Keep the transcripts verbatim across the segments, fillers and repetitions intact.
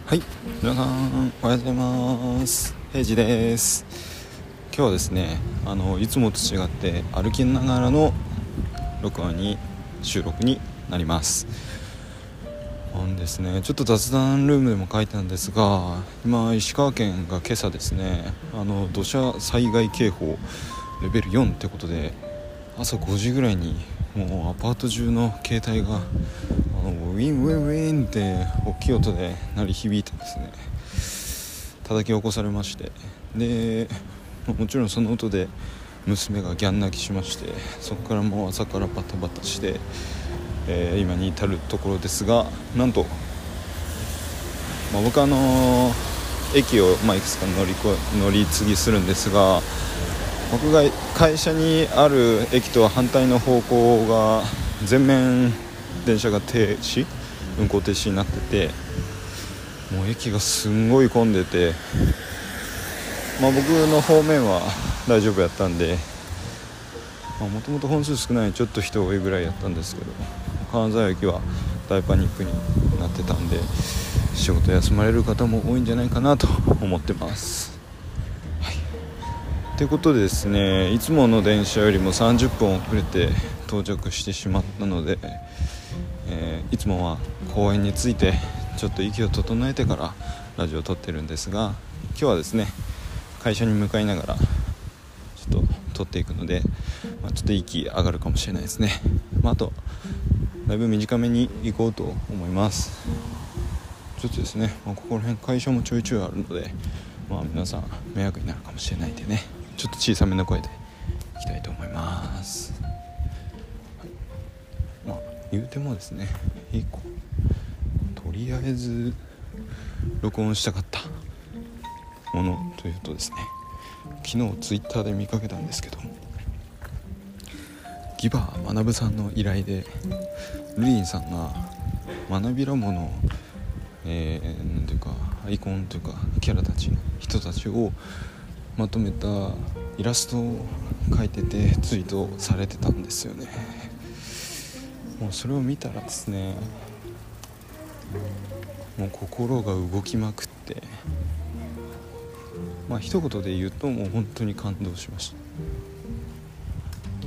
はい、皆さんおはようございます。平治です。今日はですね、あのいつもと違って歩きながらの録音に収録になります。あのですね、ちょっと雑談ルームでも書いたんですが、今石川県が今朝ですね、あの土砂災害警報レベルよんってことで、朝ごじぐらいにもうアパート中の携帯があのウィンウィンウィンって大きい音で鳴り響いてですね、叩き起こされまして、でもちろんその音で娘がギャン泣きしまして、そこからもう朝からバタバタして、えー、今に至るところですが、なんと、まあ、僕はあの駅を、まあ、いくつか乗りこ乗り継ぎするんですが、僕が会社にある駅とは反対の方向が全面電車が停止運行停止になってて、もう駅がすんごい混んでて、まあ、僕の方面は大丈夫やったんで、もともと本数少ないちょっと人多いぐらいやったんですけど、金沢駅は大パニックになってたんで、仕事休まれる方も多いんじゃないかなと思ってます。ということでですね、いつもの電車よりもさんじゅっぷん遅れて到着してしまったので、えー、いつもは公園に着いてちょっと息を整えてからラジオを撮ってるんですが、今日はですね、会社に向かいながらちょっと撮っていくので、まあ、ちょっと息上がるかもしれないですね。まあ、あとだいぶ短めに行こうと思います。ちょっとですね、まあ、ここら辺会社もちょいちょいあるので、まあ、皆さん迷惑になるかもしれないんでね、ちょっと小さめの声でいきたいと思います。はい、まあ言うてもですね、いい子とりあえず録音したかったものというとですね、昨日ツイッターで見かけたんですけど、ギバー学さんの依頼でルリンさんが学びらもの、えー、なんていうかアイコンというかキャラたち人たちをまとめたイラストを描いててツイートされてたんですよね。もうそれを見たらですね、もう心が動きまくって、まあ一言で言うともう本当に感動しました。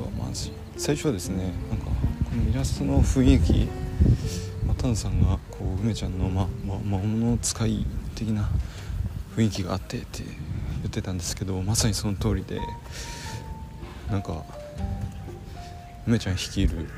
まず最初はですね、なんかこのイラストの雰囲気、まあ、タンさんがこう梅ちゃんのま、ま、魔物使い的な雰囲気があってって言ってたんですけど、まさにその通りで、なんか梅ちゃん率いる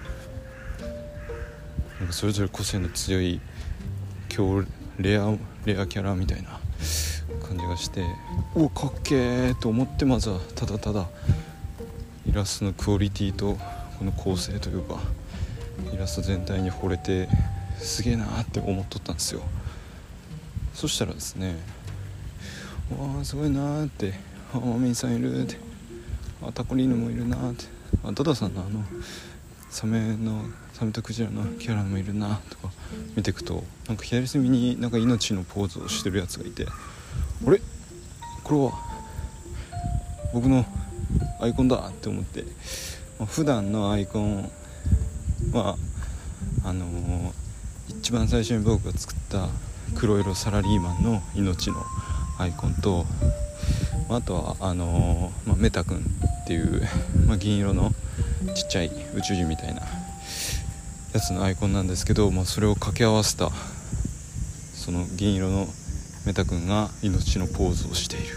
なんかそれぞれ個性の強い強レアレアキャラみたいな感じがして、おかっけーと思って、まずはただただイラストのクオリティとこの構成というかイラスト全体に惚れて、すげえなーって思っとったんですよ。そしたらですね、わーすごいなーって、あマミンさんいるって、あタコリーヌもいるなーって、あダダさんのあのサメのサメとクジラのキャラもいるなとか見ていくと、なんか左隅になんか命のポーズをしてるやつがいて、あれこれは僕のアイコンだって思って、まあ、普段のアイコンはあのー、一番最初に僕が作った黒色サラリーマンの命のアイコンと、あとはあのーまあ、メタ君っていう、まあ、銀色のちっちゃい宇宙人みたいなやつのアイコンなんですけど、まあ、それを掛け合わせたその銀色のメタ君が命のポーズをしている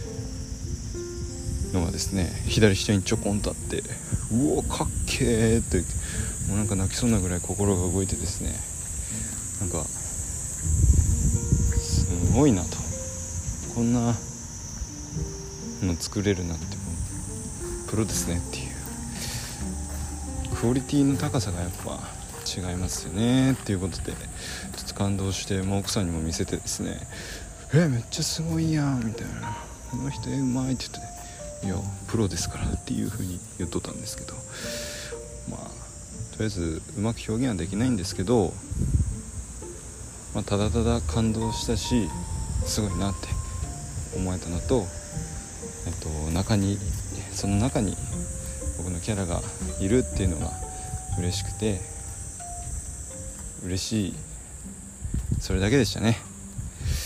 のがですね、左下にちょこんとあって、うおかっけーって、もうなんか泣きそうなぐらい心が動いてですね、なんかすごいなと、こんなの作れるなんてもうプロですねっていう、クオリティの高さがやっぱ違いますよねっていうことで、ちょっと感動して、まあ、奥さんにも見せてですね、えめっちゃすごいやんみたいな、この人えうまいって言って、いやプロですからっていう風に言っとったんですけど、まあとりあえずうまく表現はできないんですけど、まあ、ただただ感動したしすごいなって思えたのと、えっと中にその中に僕のキャラがいるっていうのが嬉しくて嬉しい、それだけでしたね。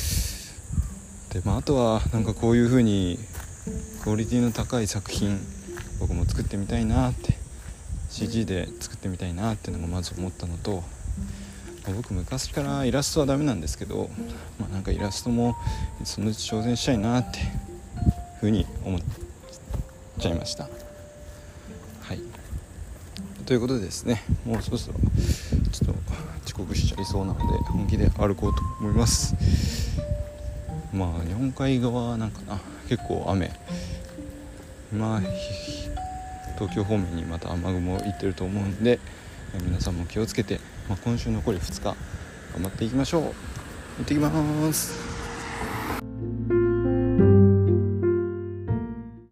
で、まあ、あとはなんかこういう風にクオリティの高い作品僕も作ってみたいなって、 シージー で作ってみたいなっていうのがまず思ったのと、まあ、僕昔からイラストはダメなんですけど、まあ、なんかイラストもそのうち挑戦したいなってふうに思っちゃいました。はい、ということでですね、もうそろそろちょっと遅刻しちゃいそうなので本気で歩こうと思います。まあ日本海側なんかな、結構雨、まあ東京方面にまた雨雲行ってると思うんで、皆さんも気をつけて、まあ、今週残りふつか頑張っていきましょう。行ってきます。